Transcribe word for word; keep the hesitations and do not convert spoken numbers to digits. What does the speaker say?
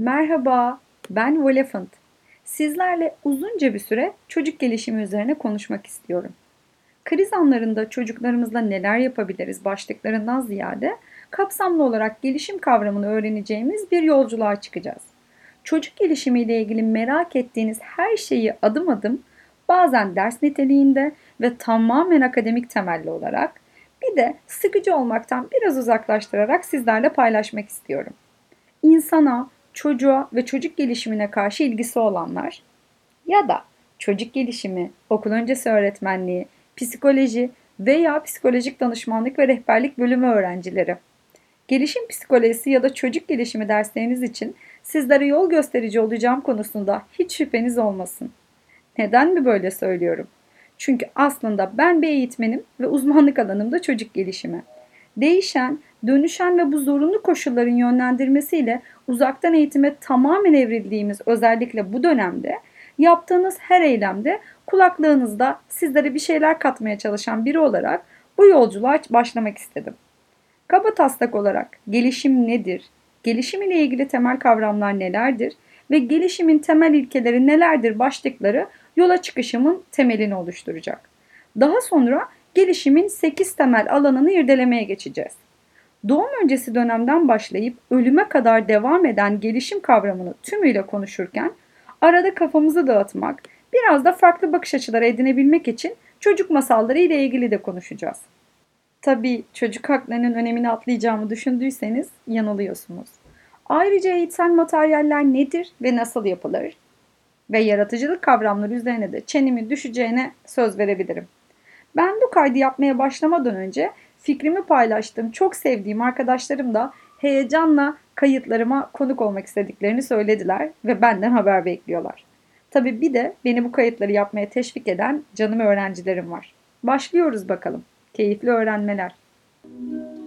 Merhaba, ben Volefant. Sizlerle uzunca bir süre çocuk gelişimi üzerine konuşmak istiyorum. Kriz anlarında çocuklarımızla neler yapabiliriz başlıklarından ziyade kapsamlı olarak gelişim kavramını öğreneceğimiz bir yolculuğa çıkacağız. Çocuk gelişimiyle ilgili merak ettiğiniz her şeyi adım adım, bazen ders niteliğinde ve tamamen akademik temelli olarak, bir de sıkıcı olmaktan biraz uzaklaştırarak sizlerle paylaşmak istiyorum. İnsana, çocuğa ve çocuk gelişimine karşı ilgisi olanlar ya da çocuk gelişimi, okul öncesi öğretmenliği, psikoloji veya psikolojik danışmanlık ve rehberlik bölümü öğrencileri. Gelişim psikolojisi ya da çocuk gelişimi dersleriniz için sizlere yol gösterici olacağım konusunda hiç şüpheniz olmasın. Neden mi böyle söylüyorum? Çünkü aslında ben bir eğitmenim ve uzmanlık alanım da çocuk gelişimi. Değişen, dönüşen ve bu zorunlu koşulların yönlendirmesiyle uzaktan eğitime tamamen evrildiğimiz özellikle bu dönemde yaptığınız her eylemde kulaklığınızda sizlere bir şeyler katmaya çalışan biri olarak bu yolculuğa başlamak istedim. Kabataslak olarak gelişim nedir? Gelişim ile ilgili temel kavramlar nelerdir? Ve gelişimin temel ilkeleri nelerdir başlıkları yola çıkışımın temelini oluşturacak. Daha sonra gelişimin sekiz temel alanını irdelemeye geçeceğiz. Doğum öncesi dönemden başlayıp ölüme kadar devam eden gelişim kavramını tümüyle konuşurken arada kafamızı dağıtmak, biraz da farklı bakış açıları edinebilmek için çocuk masalları ile ilgili de konuşacağız. Tabii çocuk haklarının önemini atlayacağımı düşündüyseniz yanılıyorsunuz. Ayrıca eğitsel materyaller nedir ve nasıl yapılır? Ve yaratıcılık kavramları üzerine de çenemi düşeceğine söz verebilirim. Ben bu kaydı yapmaya başlamadan önce fikrimi paylaştığım çok sevdiğim arkadaşlarım da heyecanla kayıtlarıma konuk olmak istediklerini söylediler ve benden haber bekliyorlar. Tabii bir de beni bu kayıtları yapmaya teşvik eden canım öğrencilerim var. Başlıyoruz bakalım. Keyifli öğrenmeler.